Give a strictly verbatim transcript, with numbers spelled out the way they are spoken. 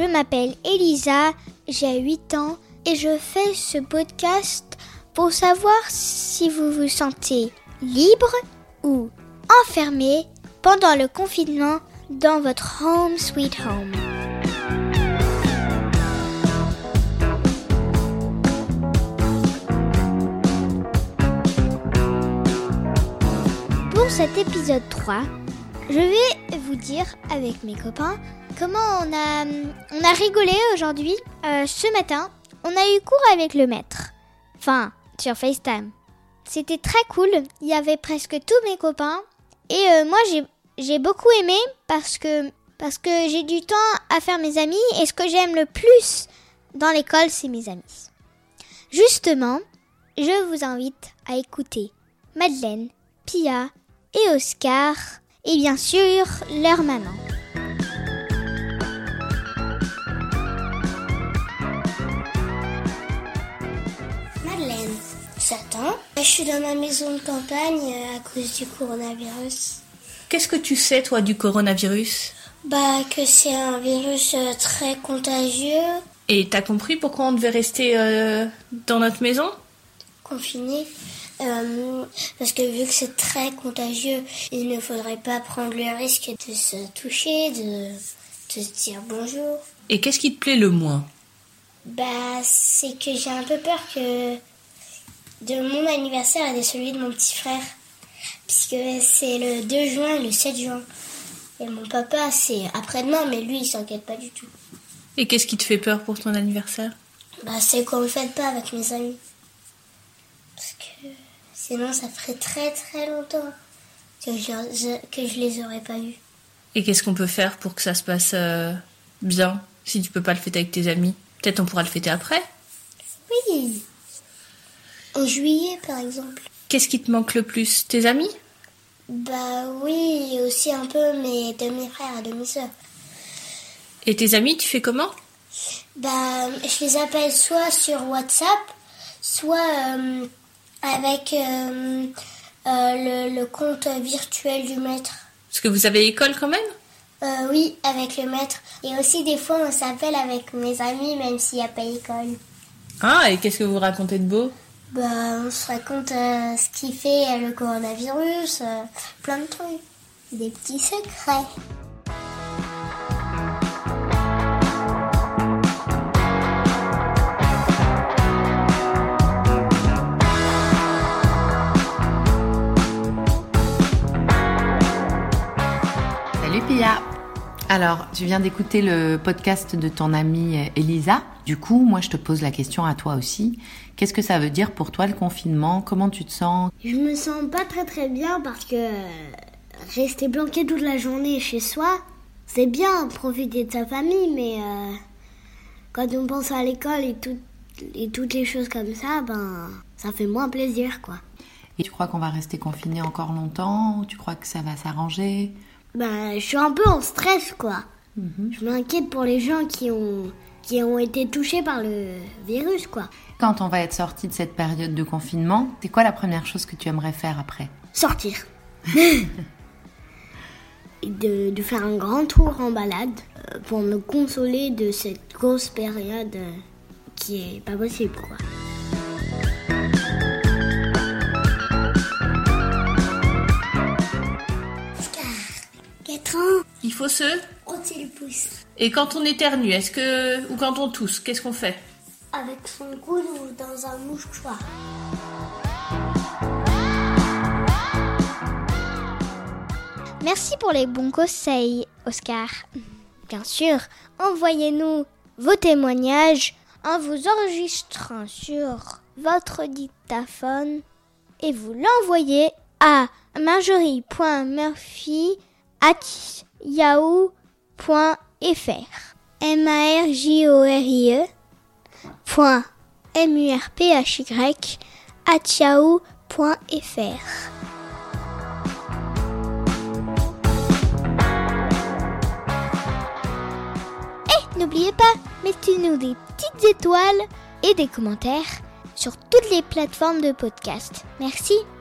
je m'appelle Elisa, j'ai huit ans et je fais ce podcast pour savoir si vous vous sentez libre ou enfermé pendant le confinement dans votre home sweet home. Pour cet épisode trois, je vais vous dire avec mes copains comment on a, on a rigolé aujourd'hui. Euh, ce matin, on a eu cours avec le maître. Enfin, sur FaceTime. C'était très cool. Il y avait presque tous mes copains. Et euh, moi, j'ai, j'ai beaucoup aimé parce que, parce que j'ai du temps à faire mes amis. Et ce que j'aime le plus dans l'école, c'est mes amis. Justement, je vous invite à écouter Madeleine, Pia et Oscar. Et bien sûr, leur maman. Madeleine, sept ans. Je suis dans ma maison de campagne à cause du coronavirus. Qu'est-ce que tu sais, toi, du coronavirus ? Bah, que c'est un virus très contagieux. Et t'as compris pourquoi on devait rester euh, dans notre maison ? Confiné. Euh, parce que vu que c'est très contagieux, il ne faudrait pas prendre le risque de se toucher, de, de se dire bonjour. Et qu'est-ce qui te plaît le moins ? Bah, c'est que j'ai un peu peur que de mon anniversaire et de celui de mon petit frère. Puisque c'est le deux juin et le sept juin. Et mon papa, c'est après-demain, mais lui, il s'inquiète pas du tout. Et qu'est-ce qui te fait peur pour ton anniversaire ? Bah, c'est qu'on le fête pas avec mes amis. Parce que sinon, ça ferait très très longtemps que je, que je les aurais pas vus. Et qu'est-ce qu'on peut faire pour que ça se passe euh, bien, si tu peux pas le fêter avec tes amis ? Peut-être on pourra le fêter après ? Oui. En juillet, par exemple. Qu'est-ce qui te manque le plus ? Tes amis ? Bah oui, et aussi un peu mes demi-frères et demi-sœurs. Et tes amis, tu fais comment ? Bah, je les appelle soit sur WhatsApp, soit euh, avec euh, euh, le, le compte virtuel du maître. Parce que vous avez école quand même ? Euh, oui, avec le maître. Et aussi, des fois, on s'appelle avec mes amis, même s'il n'y a pas école. Ah, et qu'est-ce que vous racontez de beau ? Bah, on se raconte euh, ce qui fait euh, le coronavirus, euh, plein de trucs. Des petits secrets. Salut Pia. Alors, tu viens d'écouter le podcast de ton amie Elisa. Du coup, moi, je te pose la question à toi aussi. Qu'est-ce que ça veut dire pour toi le confinement ? Comment tu te sens ? Je me sens pas très très bien parce que euh, rester bloqué toute la journée chez soi, c'est bien profiter de sa famille, mais euh, quand on pense à l'école et, tout, et toutes les choses comme ça, ben ça fait moins plaisir, quoi. Et tu crois qu'on va rester confiné encore longtemps ? Ou tu crois que ça va s'arranger ? Ben, je suis un peu en stress, quoi. Mm-hmm. Je m'inquiète pour les gens qui ont, qui ont été touchés par le virus, quoi. Quand on va être sorti de cette période de confinement, c'est quoi la première chose que tu aimerais faire après ? Sortir. Et de, de faire un grand tour en balade euh, pour me consoler de cette grosse période euh, qui est pas possible, quoi. quatre ans. Il faut se... Frotter le pouce. Et quand on éternue, est-ce que... Ou quand on tousse, qu'est-ce qu'on fait ? Avec son coude ou dans un mouchoir. Merci pour les bons conseils, Oscar. Bien sûr, envoyez-nous vos témoignages en vous enregistrant sur votre dictaphone et vous l'envoyez à marjorie point murphy arobase yahoo point fr. M A R J O R I E point M U R P H Y arobase yahoo point fr. Et n'oubliez pas, mettez-nous des petites étoiles et des commentaires sur toutes les plateformes de podcast. Merci.